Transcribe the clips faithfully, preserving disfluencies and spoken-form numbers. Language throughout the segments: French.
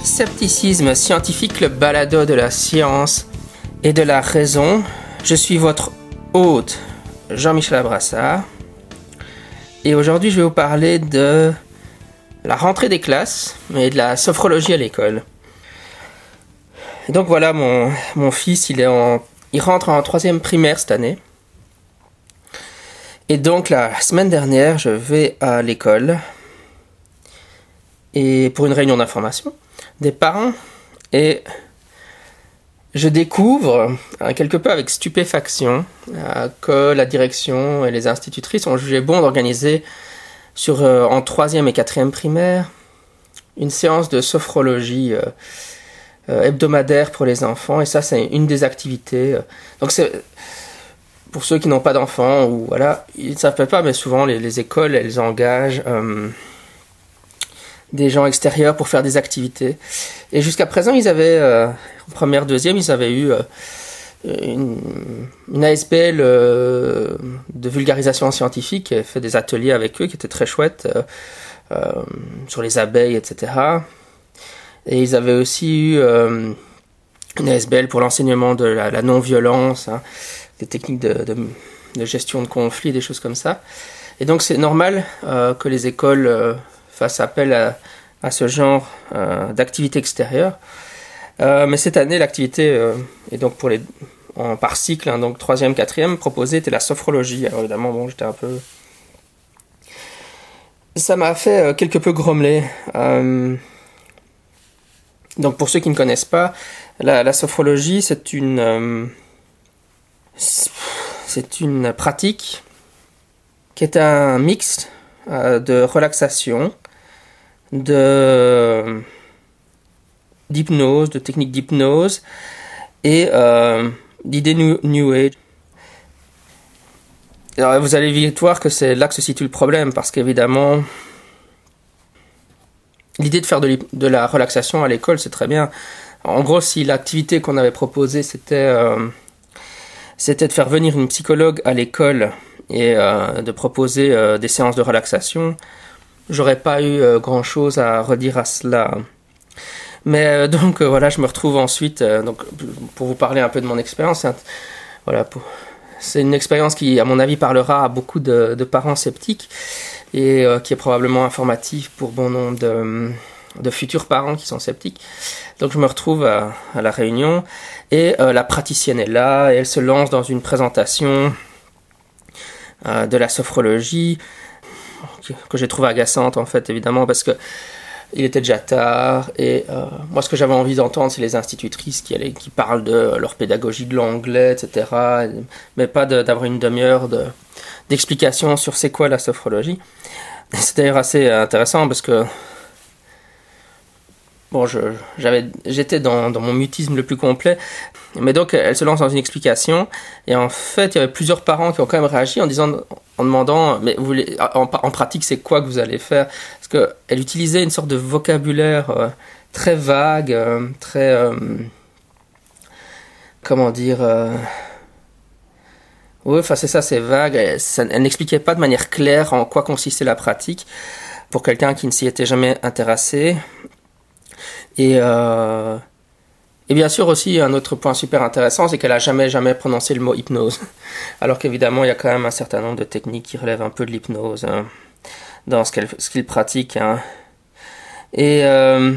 Scepticisme scientifique, le balado de la science et de la raison. Je suis votre hôte, Jean-Michel Abrassard. Et aujourd'hui, je vais vous parler de la rentrée des classes et de la sophrologie à l'école. Et donc voilà, mon, mon fils, il, est en, il rentre en troisième primaire cette année. Et donc la semaine dernière, je vais à l'école et pour une réunion d'information des parents, et je découvre, quelque peu avec stupéfaction, que la direction et les institutrices ont jugé bon d'organiser sur, en troisième et quatrième primaire une séance de sophrologie hebdomadaire pour les enfants, et ça c'est une des activités. Donc c'est pour ceux qui n'ont pas d'enfants, ou voilà, ils ne savent pas, mais souvent les, les écoles, elles engagent euh, des gens extérieurs pour faire des activités. Et jusqu'à présent, ils avaient, euh, en première, deuxième, ils avaient eu euh, une, une A S B L euh, de vulgarisation scientifique, qui avait fait des ateliers avec eux, qui étaient très chouettes, euh, euh, sur les abeilles, et cetera. Et ils avaient aussi eu euh, une A S B L pour l'enseignement de la, la non-violence, hein, des techniques de, de, de gestion de conflits, des choses comme ça. Et donc c'est normal euh, que les écoles euh, fassent appel à, à ce genre euh, d'activité extérieure. Euh, mais cette année, l'activité, euh, et donc pour les, en, par cycle, hein, donc troisième, quatrième, proposée était la sophrologie. Alors évidemment, bon, j'étais un peu... Ça m'a fait euh, quelque peu grommeler. Euh, donc pour ceux qui ne connaissent pas, la, la sophrologie, c'est une... Euh, c'est une pratique qui est un mix euh, de relaxation, de d'hypnose, de techniques d'hypnose et euh, d'idées new, new Age. Alors vous allez vite voir que c'est là que se situe le problème, parce qu'évidemment l'idée de faire de, de la relaxation à l'école, c'est très bien. En gros, si l'activité qu'on avait proposée, c'était euh, c'était de faire venir une psychologue à l'école et euh, de proposer euh, des séances de relaxation, j'aurais pas eu euh, grand chose à redire à cela. Mais euh, donc euh, voilà, je me retrouve ensuite, euh, donc, pour vous parler un peu de mon expérience, hein, voilà, pour, c'est une expérience qui, à mon avis, parlera à beaucoup de, de parents sceptiques et euh, qui est probablement informative pour bon nombre de, de futurs parents qui sont sceptiques. Donc je me retrouve à, à la réunion et euh, la praticienne est là et elle se lance dans une présentation euh, de la sophrologie que, que j'ai trouvé agaçante en fait, évidemment, parce que il était déjà tard et euh, moi ce que j'avais envie d'entendre, c'est les institutrices qui, allaient, qui parlent de leur pédagogie de l'anglais, et cetera, mais pas de, d'avoir une demi-heure de, d'explication sur c'est quoi la sophrologie. Et c'est d'ailleurs assez intéressant parce que bon, je, j'avais, j'étais dans, dans mon mutisme le plus complet, mais donc elle se lance dans une explication, et en fait, il y avait plusieurs parents qui ont quand même réagi en disant, en demandant, mais vous voulez, en, en pratique, c'est quoi que vous allez faire? Parce que elle utilisait une sorte de vocabulaire euh, très vague, euh, très, euh, comment dire, euh, oui, enfin c'est ça, c'est vague. Elle, ça, elle n'expliquait pas de manière claire en quoi consistait la pratique pour quelqu'un qui ne s'y était jamais intéressé. Et, euh, et bien sûr aussi, un autre point super intéressant, c'est qu'elle a jamais, jamais prononcé le mot hypnose. Alors qu'évidemment, il y a quand même un certain nombre de techniques qui relèvent un peu de l'hypnose hein, dans ce qu'elle, ce qu'il pratique. Hein. Et, euh,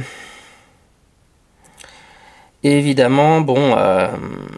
et évidemment, bon, euh,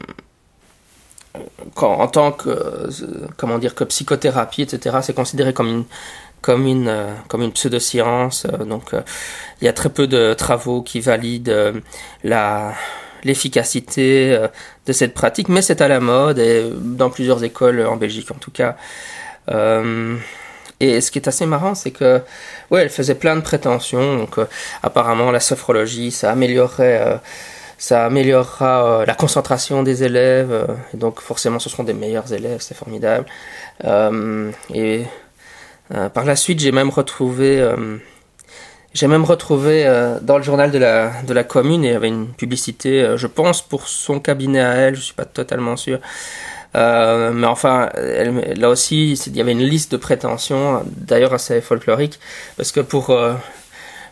quand, en tant que, euh, comment dire, que psychothérapie, et cetera, c'est considéré comme une comme une euh, comme une pseudoscience, euh, donc euh, il y a très peu de travaux qui valident euh, la l'efficacité euh, de cette pratique, mais c'est à la mode et dans plusieurs écoles en Belgique en tout cas. Euh, et ce qui est assez marrant, c'est que ouais, elle faisait plein de prétentions. Donc euh, apparemment la sophrologie, ça améliorerait euh, ça améliorera euh, la concentration des élèves, euh, et donc forcément ce seront des meilleurs élèves, c'est formidable. Euh, et Euh, par la suite, j'ai même retrouvé, euh, j'ai même retrouvé euh, dans le journal de la de la commune, et il y avait une publicité, euh, je pense pour son cabinet à elle, je suis pas totalement sûr, euh, mais enfin, elle, là aussi, il y avait une liste de prétentions, d'ailleurs assez folklorique, parce que pour euh,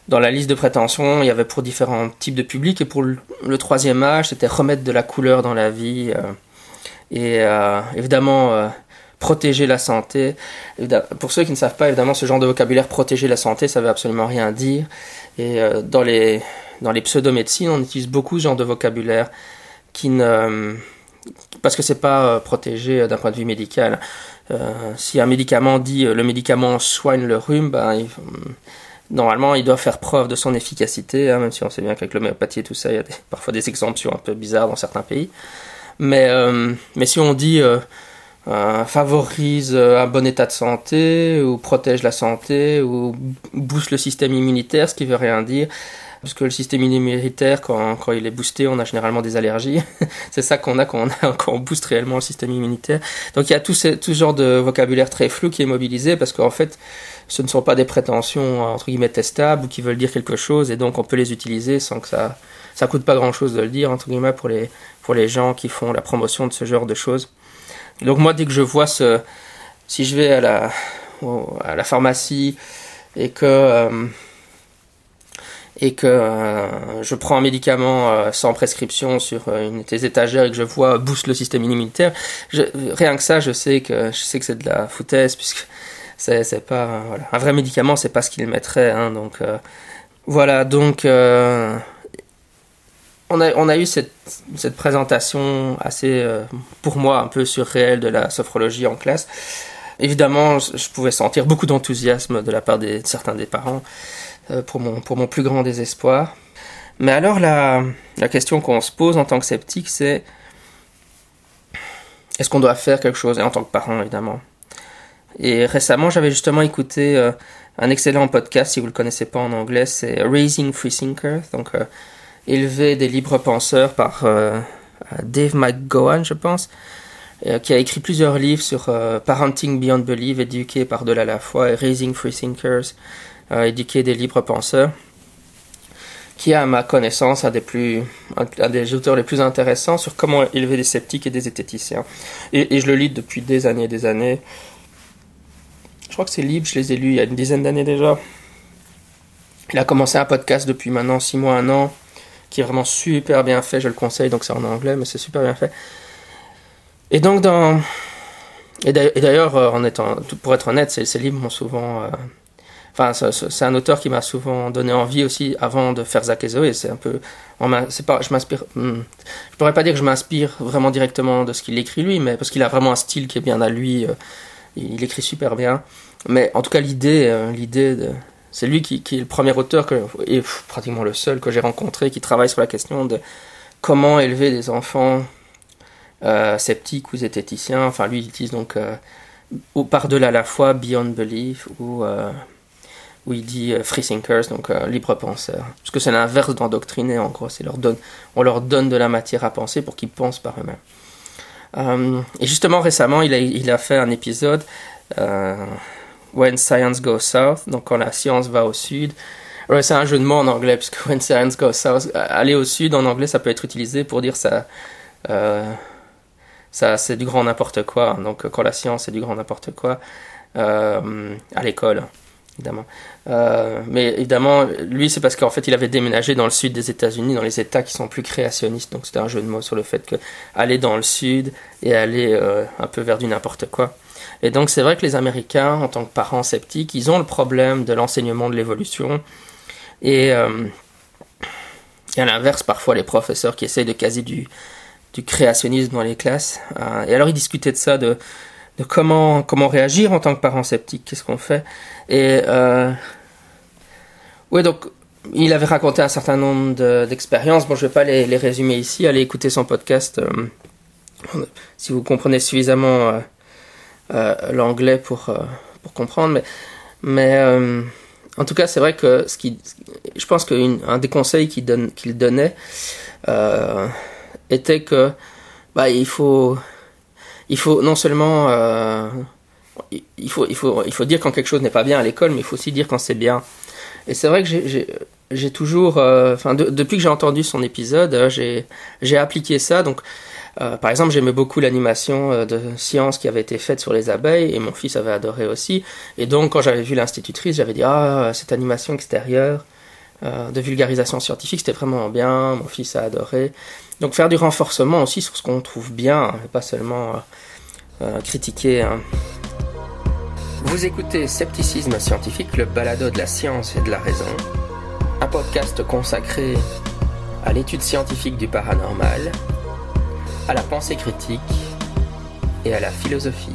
dans la liste de prétention, il y avait pour différents types de publics, et pour le, le troisième âge, c'était remettre de la couleur dans la vie, euh, et euh, évidemment euh, protéger la santé. Pour ceux qui ne savent pas, évidemment, ce genre de vocabulaire, protéger la santé, ça veut absolument rien dire. Et euh, dans les, dans les pseudo-médecines, on utilise beaucoup ce genre de vocabulaire qui ne... parce que c'est pas euh, protégé euh, d'un point de vue médical. Euh, si un médicament dit euh, le médicament soigne le rhume, ben, il, euh, normalement il doit faire preuve de son efficacité, hein, même si on sait bien qu'avec l'homéopathie et tout ça, il y a des, parfois des exemptions un peu bizarres dans certains pays. Mais, euh, mais si on dit euh, euh, favorise un bon état de santé, ou protège la santé, ou booste le système immunitaire, ce qui veut rien dire, parce que le système immunitaire, quand, quand il est boosté, on a généralement des allergies. C'est ça qu'on a quand on, a quand on booste réellement le système immunitaire. Donc il y a tout ce, tout ce genre de vocabulaire très flou qui est mobilisé, parce qu'en fait, ce ne sont pas des prétentions entre guillemets testables ou qui veulent dire quelque chose, et donc on peut les utiliser sans que ça ça coûte pas grand chose de le dire entre guillemets pour les pour les gens qui font la promotion de ce genre de choses. Donc moi, dès que je vois ce, si je vais à la à la pharmacie et que euh, et que euh, je prends un médicament euh, sans prescription sur euh, une des étagères et que je vois booste le système immunitaire, je, rien que ça, je sais que je sais que c'est de la foutaise, puisque c'est c'est pas euh, voilà, un vrai médicament, c'est pas ce qu'il mettrait, hein, donc euh, voilà, donc euh, on a on a eu cette cette présentation assez euh, pour moi un peu surréelle de la sophrologie en classe. Évidemment, je, je pouvais sentir beaucoup d'enthousiasme de la part des, de certains des parents. Pour mon, pour mon plus grand désespoir. Mais alors la, la question qu'on se pose en tant que sceptique, c'est est-ce qu'on doit faire quelque chose, et en tant que parent évidemment. Et récemment, j'avais justement écouté euh, un excellent podcast, si vous ne le connaissez pas en anglais, c'est Raising Free Thinkers, donc euh, élever des libres penseurs par euh, Dave McGowan, je pense, euh, qui a écrit plusieurs livres sur euh, Parenting Beyond Belief, éduquer par-delà la foi, et Raising Free Thinkers, Euh, éduquer des libres penseurs, qui est à ma connaissance un des, plus, un, un des auteurs les plus intéressants sur comment élever des sceptiques et des zététiciens. Et, et je le lis depuis des années et des années. Je crois que ces livres, je les ai lus il y a une dizaine d'années déjà. Il a commencé un podcast depuis maintenant six mois, un an, qui est vraiment super bien fait, je le conseille, donc c'est en anglais, mais c'est super bien fait. Et donc dans... Et d'ailleurs, en étant, pour être honnête, ces, ces livres m'ont souvent... Euh, Enfin, c'est un auteur qui m'a souvent donné envie aussi avant de faire Zach et Zoé. C'est un peu, c'est pas, je m'inspire. Je pourrais pas dire que je m'inspire vraiment directement de ce qu'il écrit lui, mais parce qu'il a vraiment un style qui est bien à lui. Il écrit super bien. Mais en tout cas, l'idée, l'idée, de, c'est lui qui, qui est le premier auteur que, et pratiquement le seul que j'ai rencontré qui travaille sur la question de comment élever des enfants euh, sceptiques ou zététiciens. Enfin, lui, il utilise donc euh, ou par-delà la foi, Beyond Belief, ou euh, où il dit euh, free thinkers, donc euh, libre penseurs. Parce que c'est l'inverse d'endoctriner, en gros. C'est leur donne, on leur donne de la matière à penser pour qu'ils pensent par eux-mêmes. Euh, et justement, récemment, il a, il a fait un épisode euh, When Science Goes South, donc quand la science va au sud. Ouais, c'est un jeu de mots en anglais, puisque When Science Goes South, aller au sud, en anglais, ça peut être utilisé pour dire ça... Euh, ça c'est du grand n'importe quoi. Donc quand la science c'est du grand n'importe quoi, euh, à l'école, évidemment. Euh, mais évidemment, lui, c'est parce qu'en fait, il avait déménagé dans le sud des États-Unis, dans les États qui sont plus créationnistes. Donc, c'était un jeu de mots sur le fait que aller dans le sud et aller euh, un peu vers du n'importe quoi. Et donc, c'est vrai que les Américains, en tant que parents sceptiques, ils ont le problème de l'enseignement de l'évolution. Et, euh, et à l'inverse, parfois, les professeurs qui essayent de caser du, du créationnisme dans les classes. Euh, et alors, ils discutaient de ça, de de comment comment réagir en tant que parent sceptique, qu'est-ce qu'on fait. Et euh, oui, donc il avait raconté un certain nombre de, d'expériences. Bon, je vais pas les, les résumer ici. Allez écouter son podcast euh, si vous comprenez suffisamment euh, euh, l'anglais pour euh, pour comprendre. Mais mais euh, en tout cas, c'est vrai que ce qui, je pense qu'un des conseils qu'il donne qu'il donnait euh, était que bah il faut Il faut non seulement euh, il faut il faut il faut dire quand quelque chose n'est pas bien à l'école, mais il faut aussi dire quand c'est bien. Et c'est vrai que j'ai j'ai, j'ai toujours enfin euh, de, depuis que j'ai entendu son épisode, euh, j'ai j'ai appliqué ça. Donc euh, par exemple, j'aimais beaucoup l'animation euh, de science qui avait été faite sur les abeilles, et mon fils avait adoré aussi. Et donc quand j'avais vu l'institutrice, j'avais dit ah, cette animation extérieure euh, de vulgarisation scientifique, c'était vraiment bien, mon fils a adoré. Donc faire du renforcement aussi sur ce qu'on trouve bien, hein, et pas seulement euh, euh, critiquer. Hein. Vous écoutez Scepticisme Scientifique, le balado de la science et de la raison, un podcast consacré à l'étude scientifique du paranormal, à la pensée critique et à la philosophie.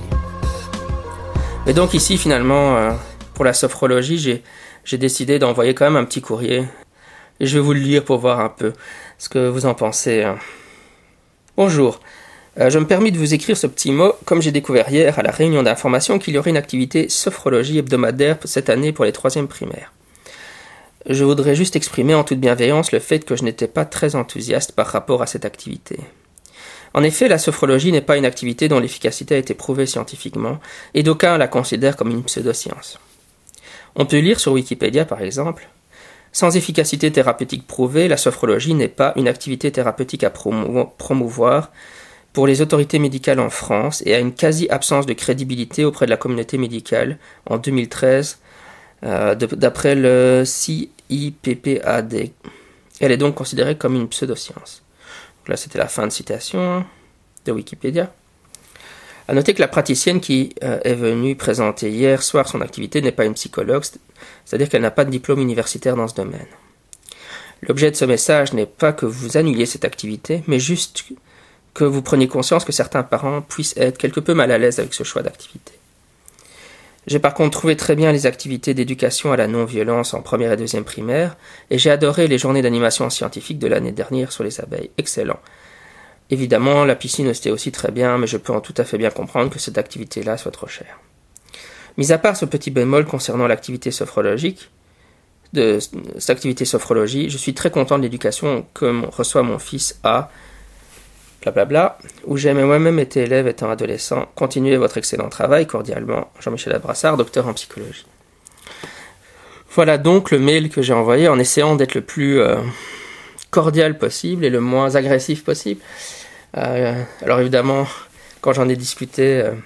Et donc ici finalement, euh, pour la sophrologie, j'ai, j'ai décidé d'envoyer quand même un petit courrier. Et je vais vous le lire pour voir un peu ce que vous en pensez. Hein. Bonjour, euh, je me permets de vous écrire ce petit mot, comme j'ai découvert hier à la réunion d'information qu'il y aurait une activité sophrologie hebdomadaire cette année pour les troisièmes primaires. Je voudrais juste exprimer en toute bienveillance le fait que je n'étais pas très enthousiaste par rapport à cette activité. En effet, la sophrologie n'est pas une activité dont l'efficacité a été prouvée scientifiquement, et d'aucuns la considèrent comme une pseudoscience. On peut lire sur Wikipédia, par exemple, « Sans efficacité thérapeutique prouvée, la sophrologie n'est pas une activité thérapeutique à promou- promouvoir pour les autorités médicales en France et a une quasi-absence de crédibilité auprès de la communauté médicale en deux mille treize, euh, de, d'après le C I P P A D. Elle est donc considérée comme une pseudoscience. » Là, c'était la fin de citation de Wikipédia. À noter que la praticienne qui euh, est venue présenter hier soir son activité n'est pas une psychologue, c'est-à-dire qu'elle n'a pas de diplôme universitaire dans ce domaine. L'objet de ce message n'est pas que vous annuliez cette activité, mais juste que vous preniez conscience que certains parents puissent être quelque peu mal à l'aise avec ce choix d'activité. J'ai par contre trouvé très bien les activités d'éducation à la non-violence en première et deuxième primaire, et j'ai adoré les journées d'animation scientifique de l'année dernière sur les abeilles. Excellent. Évidemment, la piscine c'était aussi très bien, mais je peux en tout à fait bien comprendre que cette activité-là soit trop chère. Mis à part ce petit bémol concernant l'activité sophrologique, de cette activité sophrologie, je suis très content de l'éducation que reçoit mon fils A, blablabla, où j'ai moi-même été élève étant adolescent. Continuez votre excellent travail, cordialement, Jean-Michel Abrassard, docteur en psychologie. Voilà donc le mail que j'ai envoyé en essayant d'être le plus euh, cordial possible et le moins agressif possible. Euh, alors évidemment, quand j'en ai discuté euh,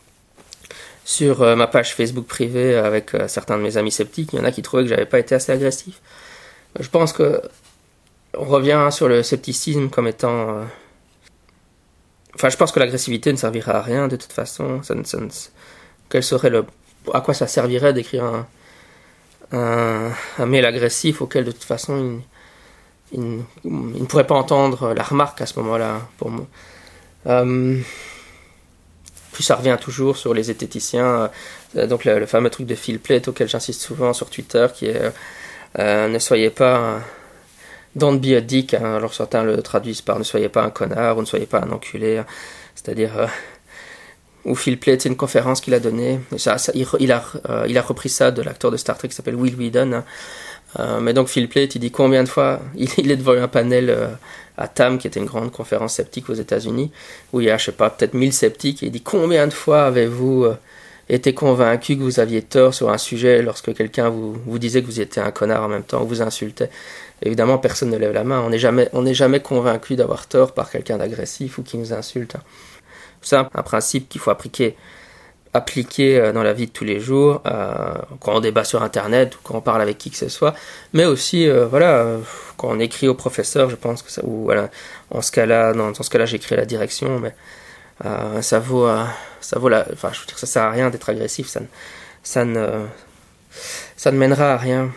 sur euh, ma page Facebook privée avec euh, certains de mes amis sceptiques, il y en a qui trouvaient que j'avais pas été assez agressif. Je pense que on revient sur le scepticisme comme étant... Euh, Enfin, je pense que l'agressivité ne servira à rien de toute façon. Ça ne, ça ne, quel serait le, à quoi ça servirait d'écrire un, un, un mail agressif auquel de toute façon il, il, il ne pourrait pas entendre la remarque à ce moment-là. Pour moi. Euh, puis ça revient toujours sur les zététiciens. Euh, donc le, le fameux truc de Phil Plait auquel j'insiste souvent sur Twitter, qui est euh, ne soyez pas Don't be a dick, hein, alors certains le traduisent par ne soyez pas un connard ou ne soyez pas un enculé, hein, c'est-à-dire euh, où Phil Plait, c'est une conférence qu'il a donnée, ça, ça, il, il, a, euh, il a repris ça de l'acteur de Star Trek qui s'appelle Will Wheaton, hein, euh, mais donc Phil Plait, il dit combien de fois, il, il est devant un panel euh, à T A M, qui était une grande conférence sceptique aux États-Unis, où il y a, je sais pas, peut-être mille sceptiques, et il dit combien de fois avez-vous euh, été convaincu que vous aviez tort sur un sujet lorsque quelqu'un vous, vous disait que vous étiez un connard en même temps, ou vous insultait. Évidemment, personne ne lève la main. On n'est jamais, on n'est jamais convaincu d'avoir tort par quelqu'un d'agressif ou qui nous insulte. C'est un, un principe qu'il faut appliquer, appliquer dans la vie de tous les jours, euh, quand on débat sur Internet ou quand on parle avec qui que ce soit. Mais aussi, euh, voilà, quand on écrit au professeur, je pense que ça, ou voilà, en ce cas-là, dans, dans ce cas-là, j'écris à la direction, mais euh, ça vaut, euh, ça vaut la, enfin, je veux dire, ça sert à rien d'être agressif. Ça, ça ne, ça ne mènera à rien.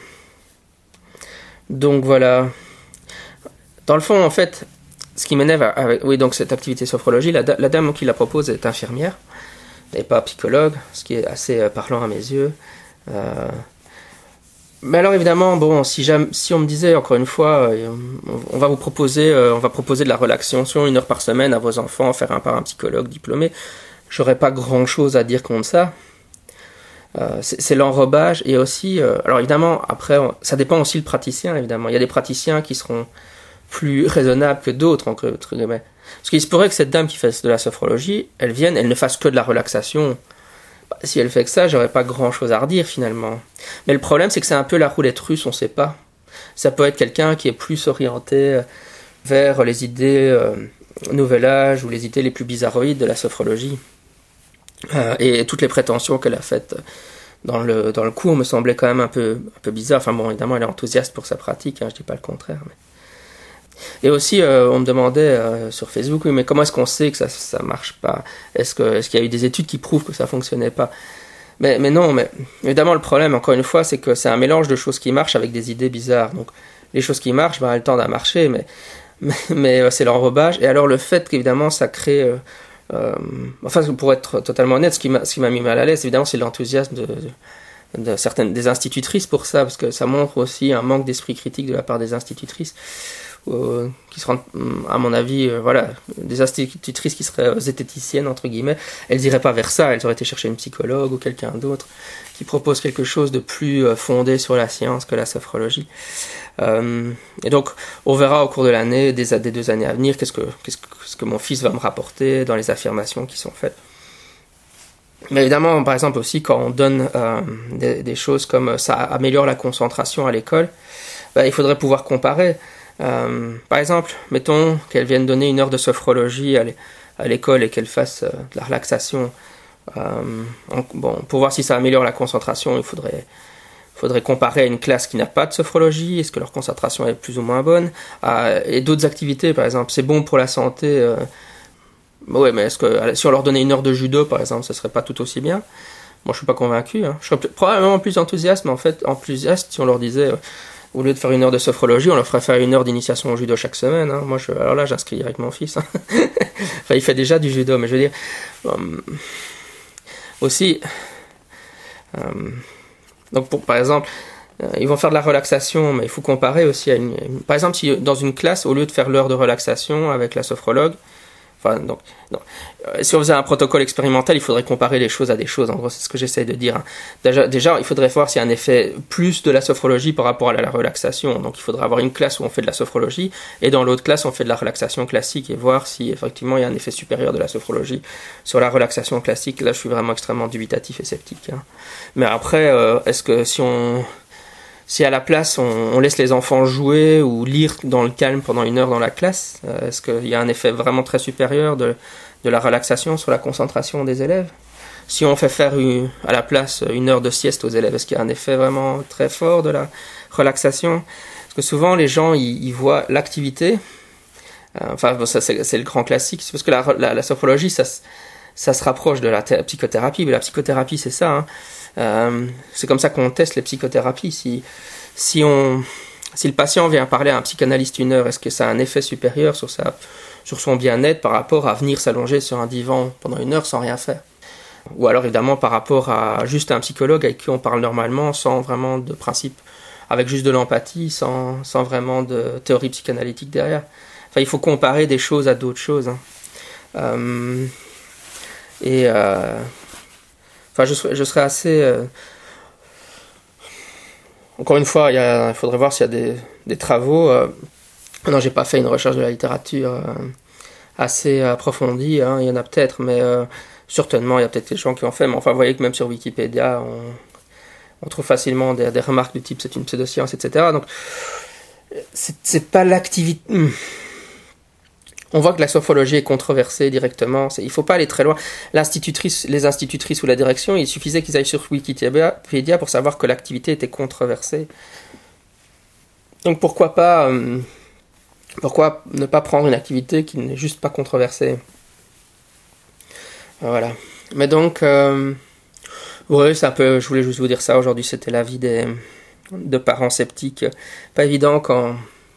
Donc voilà. Dans le fond, en fait, ce qui m'énerve avec oui, donc cette activité sophrologie, la, la dame qui la propose est infirmière, et pas psychologue, ce qui est assez parlant à mes yeux. Euh, mais alors évidemment, bon, si, jamais, si on me disait encore une fois, on va vous proposer, on va proposer de la relaxation une heure par semaine à vos enfants, faire un par un psychologue diplômé, j'aurais pas grand chose à dire contre ça. Euh, c'est, c'est l'enrobage et aussi, euh, alors évidemment, après, on, ça dépend aussi le praticien, évidemment. Il y a des praticiens qui seront plus raisonnables que d'autres, entre, entre guillemets. Parce qu'il se pourrait que cette dame qui fasse de la sophrologie, elle vienne, elle ne fasse que de la relaxation. Bah, si elle fait que ça, j'aurais pas grand chose à redire finalement. Mais le problème, c'est que c'est un peu la roulette russe, on sait pas. Ça peut être quelqu'un qui est plus orienté vers les idées euh, Nouvel Âge ou les idées les plus bizarroïdes de la sophrologie. Euh, et toutes les prétentions qu'elle a faites dans le, dans le cours me semblait quand même un peu, un peu bizarre. Enfin bon, évidemment, elle est enthousiaste pour sa pratique, hein, je dis pas le contraire. Mais... Et aussi, euh, on me demandait euh, sur Facebook, oui, mais comment est-ce qu'on sait que ça, ça marche pas? Est-ce que, est-ce qu'il y a eu des études qui prouvent que ça fonctionnait pas? Mais, mais non, mais évidemment, le problème, encore une fois, c'est que c'est un mélange de choses qui marchent avec des idées bizarres. Donc, les choses qui marchent, ben, elles tendent à marcher, mais, mais, mais euh, c'est l'enrobage. Et alors, le fait qu'évidemment, ça crée... Euh, euh, enfin, pour être totalement honnête, ce qui m'a, ce qui m'a mis mal à l'aise, évidemment, c'est l'enthousiasme de... de de certaines des institutrices pour ça, parce que ça montre aussi un manque d'esprit critique de la part des institutrices, euh, qui se rendent, à mon avis, euh, voilà, des institutrices qui seraient zététiciennes, entre guillemets, elles iraient pas vers ça, elles auraient été chercher une psychologue ou quelqu'un d'autre qui propose quelque chose de plus euh, fondé sur la science que la sophrologie. Euh, et donc, on verra au cours de l'année, des, des deux années à venir, qu'est-ce que, qu'est-ce que, ce que mon fils va me rapporter dans les affirmations qui sont faites. Mais évidemment, par exemple aussi, quand on donne euh, des, des choses comme ça améliore la concentration à l'école, bah, il faudrait pouvoir comparer. Euh, par exemple, mettons qu'elle vienne donner une heure de sophrologie à l'école et qu'elle fasse euh, de la relaxation. Euh, on, bon, pour voir si ça améliore la concentration, il faudrait, faudrait comparer à une classe qui n'a pas de sophrologie. Est-ce que leur concentration est plus ou moins bonne? euh, Et d'autres activités, par exemple, c'est bon pour la santé... Euh, Oui, mais est-ce que si on leur donnait une heure de judo, par exemple, ça serait pas tout aussi bien? Moi, je suis pas convaincu. Hein. Je serais probablement plus enthousiaste, mais en fait, enthousiaste si on leur disait, euh, au lieu de faire une heure de sophrologie, on leur ferait faire une heure d'initiation au judo chaque semaine. Hein. Moi, je, alors là, j'inscris avec mon fils. Hein. Enfin, il fait déjà du judo, mais je veux dire, euh, aussi, euh, donc pour, par exemple, euh, ils vont faire de la relaxation, mais il faut comparer aussi à une, une par exemple, si dans une classe, au lieu de faire l'heure de relaxation avec la sophrologue, Enfin, donc, non. Euh, si on faisait un protocole expérimental, il faudrait comparer les choses à des choses. En gros, c'est ce que j'essaie de dire. Hein. Déjà, déjà, il faudrait voir s'il y a un effet plus de la sophrologie par rapport à la, la relaxation. Donc, il faudrait avoir une classe où on fait de la sophrologie et dans l'autre classe, on fait de la relaxation classique et voir si effectivement il y a un effet supérieur de la sophrologie sur la relaxation classique. Là, je suis vraiment extrêmement dubitatif et sceptique. Hein. Mais après, euh, est-ce que si on... Si à la place, on, on laisse les enfants jouer ou lire dans le calme pendant une heure dans la classe, euh, est-ce qu'il y a un effet vraiment très supérieur de, de la relaxation sur la concentration des élèves? Si on fait faire une, à la place une heure de sieste aux élèves, est-ce qu'il y a un effet vraiment très fort de la relaxation? Parce que souvent, les gens, ils, ils voient l'activité, euh, enfin, bon, ça, c'est, c'est le grand classique, c'est parce que la, la, la sophrologie, ça, ça se rapproche de la thé- psychothérapie, mais la psychothérapie, c'est ça, hein. Euh, c'est comme ça qu'on teste les psychothérapies. Si, si, on, si le patient vient parler à un psychanalyste une heure, est-ce que ça a un effet supérieur sur, sa, sur son bien-être par rapport à venir s'allonger sur un divan pendant une heure sans rien faire? Ou alors évidemment par rapport à juste un psychologue avec qui on parle normalement sans vraiment de principe, avec juste de l'empathie, sans, sans vraiment de théorie psychanalytique derrière. Enfin, il faut comparer des choses à d'autres choses. Hein. Euh, et... Euh, Enfin, je serais, je serais assez... Euh... Encore une fois, il, y a, il faudrait voir s'il y a des, des travaux. Euh... Non, j'ai pas fait une recherche de la littérature euh, assez approfondie. Hein. Il y en a peut-être, mais euh, certainement, il y a peut-être des gens qui ont fait. Mais enfin, vous voyez que même sur Wikipédia, on, on trouve facilement des, des remarques du type « c'est une pseudoscience », et cetera. Donc, c'est, c'est pas l'activité... On voit que la sophrologie est controversée directement. C'est, il ne faut pas aller très loin. L'institutrice, les institutrices ou la direction, il suffisait qu'ils aillent sur Wikipédia pour savoir que l'activité était controversée. Donc pourquoi pas, euh, pourquoi ne pas prendre une activité qui n'est juste pas controversée? Voilà. Mais donc, euh, oui, c'est un peu. Je voulais juste vous dire ça. Aujourd'hui, c'était l'avis des de parents sceptiques. Pas évident quand.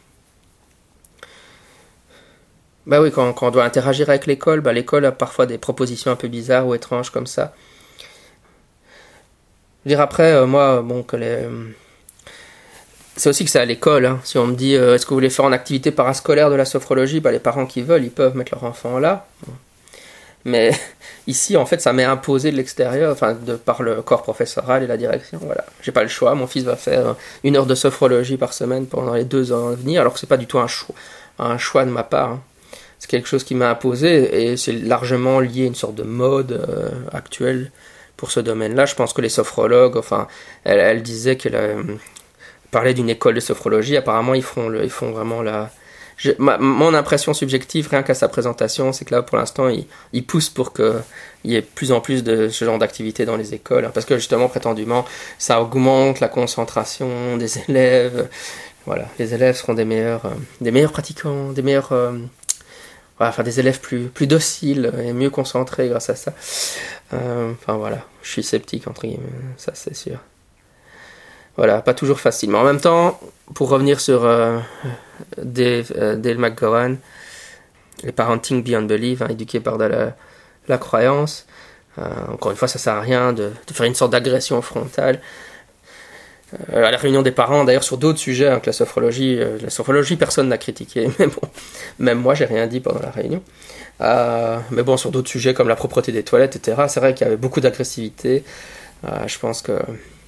Bah oui, quand, quand on doit interagir avec l'école, bah l'école a parfois des propositions un peu bizarres ou étranges comme ça. Je veux dire, après, euh, moi, bon, que les... c'est aussi que c'est à l'école. Hein. Si on me dit, euh, est-ce que vous voulez faire en activité parascolaire de la sophrologie, bah les parents qui veulent, ils peuvent mettre leur enfant là. Mais ici, en fait, ça m'est imposé de l'extérieur, enfin, de par le corps professoral et la direction. Voilà, j'ai pas le choix. Mon fils va faire une heure de sophrologie par semaine pendant les deux ans à venir, alors que c'est pas du tout un choix, un choix de ma part. Hein. C'est quelque chose qui m'a imposé et c'est largement lié à une sorte de mode euh, actuelle pour ce domaine-là. Je pense que les sophrologues, enfin, elle, elle disait qu'elle euh, parlait d'une école de sophrologie. Apparemment, ils font, le, ils font vraiment la, j'ai, ma, mon impression subjective, rien qu'à sa présentation, c'est que là, pour l'instant, il, il pousse pour qu'il y ait de plus en plus de ce genre d'activité dans les écoles. Hein, parce que justement, prétendument, ça augmente la concentration des élèves. Voilà, les élèves seront des meilleurs, euh, des meilleurs pratiquants, des meilleurs... Euh, voilà, enfin, des élèves plus, plus dociles et mieux concentrés grâce à ça. Euh, enfin, voilà, je suis sceptique, entre guillemets, ça c'est sûr. Voilà, pas toujours facile. Mais en même temps, pour revenir sur euh, Dave, euh, Dale McGowan, les Parenting Beyond Belief, hein, éduqués par de la, la croyance, euh, encore une fois, ça sert à rien de, de faire une sorte d'agression frontale. Euh, à la réunion des parents, d'ailleurs sur d'autres sujets hein, que la sophrologie, euh, la sophrologie personne n'a critiqué, mais bon, même moi j'ai rien dit pendant la réunion. Euh, mais bon, sur d'autres sujets comme la propreté des toilettes, et cetera, c'est vrai qu'il y avait beaucoup d'agressivité. Euh, je pense que,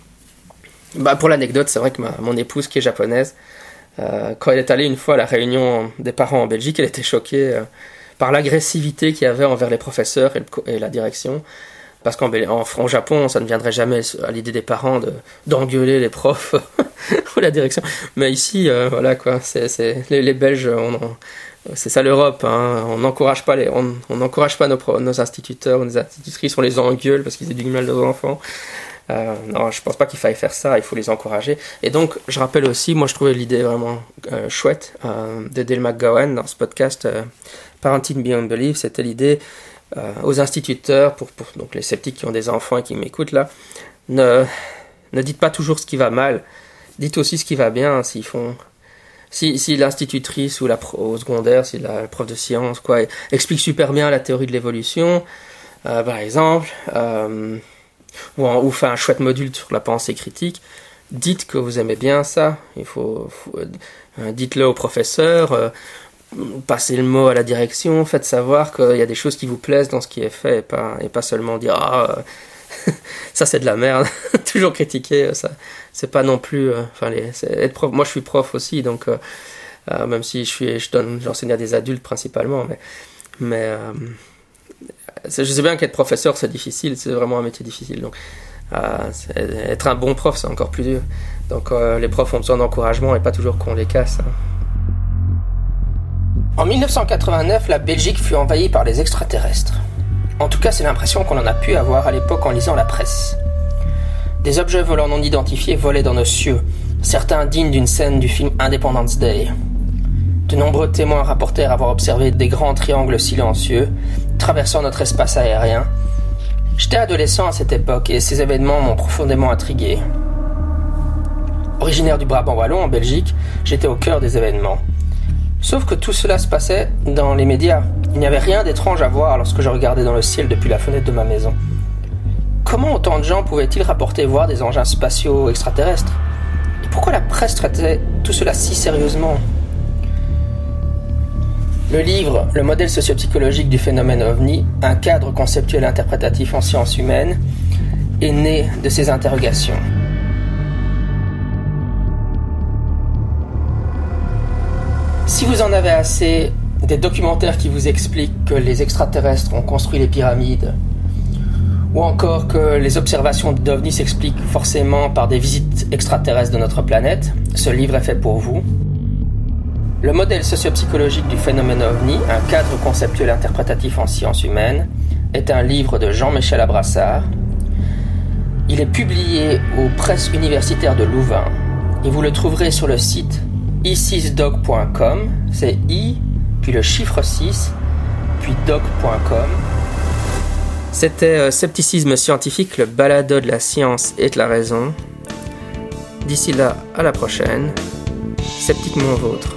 bah, pour l'anecdote, c'est vrai que ma, mon épouse qui est japonaise, euh, quand elle est allée une fois à la réunion des parents en Belgique, elle était choquée euh, par l'agressivité qu'il y avait envers les professeurs et, le, et la direction. Parce qu'en en, en Japon, ça ne viendrait jamais à l'idée des parents de, d'engueuler les profs ou la direction. Mais ici, euh, voilà quoi, c'est, c'est, les, les Belges, on, on, c'est ça l'Europe. Hein, on n'encourage pas, les, on, on n'encourage pas nos, nos instituteurs ou nos institutrices, on les engueule parce qu'ils éduquent mal leurs enfants. Euh, non, je pense pas qu'il faille faire ça, il faut les encourager. Et donc, je rappelle aussi, moi je trouvais l'idée vraiment euh, chouette euh, de Dale McGowan dans ce podcast euh, Parenting Beyond Belief, c'était l'idée... Euh, aux instituteurs, pour, pour donc les sceptiques qui ont des enfants et qui m'écoutent là, ne, ne dites pas toujours ce qui va mal, dites aussi ce qui va bien. S'ils font, si, si l'institutrice ou la pro, au secondaire, si la, la prof de sciences quoi, explique super bien la théorie de l'évolution, euh, par exemple, euh, ou, en, ou fait un chouette module sur la pensée critique, dites que vous aimez bien ça. Il faut, faut euh, dites-le au professeur. Euh, Passez le mot à la direction, faites savoir qu'il y a des choses qui vous plaisent dans ce qui est fait et pas, et pas seulement dire ah ça c'est de la merde. Toujours critiquer, ça c'est pas non plus. Enfin, euh, être prof. Moi je suis prof aussi, donc euh, euh, même si je suis, je donne, j'enseigne à des adultes principalement, mais mais euh, je sais bien qu'être professeur c'est difficile, c'est vraiment un métier difficile. Donc euh, être un bon prof c'est encore plus dur. Donc euh, les profs ont besoin d'encouragement et pas toujours qu'on les casse. Hein. En dix-neuf cent quatre-vingt-neuf, la Belgique fut envahie par les extraterrestres. En tout cas, c'est l'impression qu'on en a pu avoir à l'époque en lisant la presse. Des objets volants non identifiés volaient dans nos cieux, certains dignes d'une scène du film Independence Day. De nombreux témoins rapportèrent avoir observé des grands triangles silencieux traversant notre espace aérien. J'étais adolescent à cette époque et ces événements m'ont profondément intrigué. Originaire du Brabant wallon en Belgique, j'étais au cœur des événements. Sauf que tout cela se passait dans les médias. Il n'y avait rien d'étrange à voir lorsque je regardais dans le ciel depuis la fenêtre de ma maison. Comment autant de gens pouvaient-ils rapporter voir des engins spatiaux extraterrestres ? Et pourquoi la presse traitait tout cela si sérieusement ? Le livre « Le modèle sociopsychologique du phénomène OVNI, un cadre conceptuel interprétatif en sciences humaines » est né de ces interrogations. Si vous en avez assez des documentaires qui vous expliquent que les extraterrestres ont construit les pyramides, ou encore que les observations d'OVNI s'expliquent forcément par des visites extraterrestres de notre planète, ce livre est fait pour vous. Le modèle sociopsychologique du phénomène OVNI, un cadre conceptuel interprétatif en sciences humaines, est un livre de Jean-Michel Abrassard. Il est publié aux presses universitaires de Louvain et vous le trouverez sur le site i six doc point com, c'est i, puis le chiffre six, puis doc point com. C'était euh, Scepticisme scientifique, le balado de la science et de la raison. D'ici là, à la prochaine. Sceptiquement vôtre.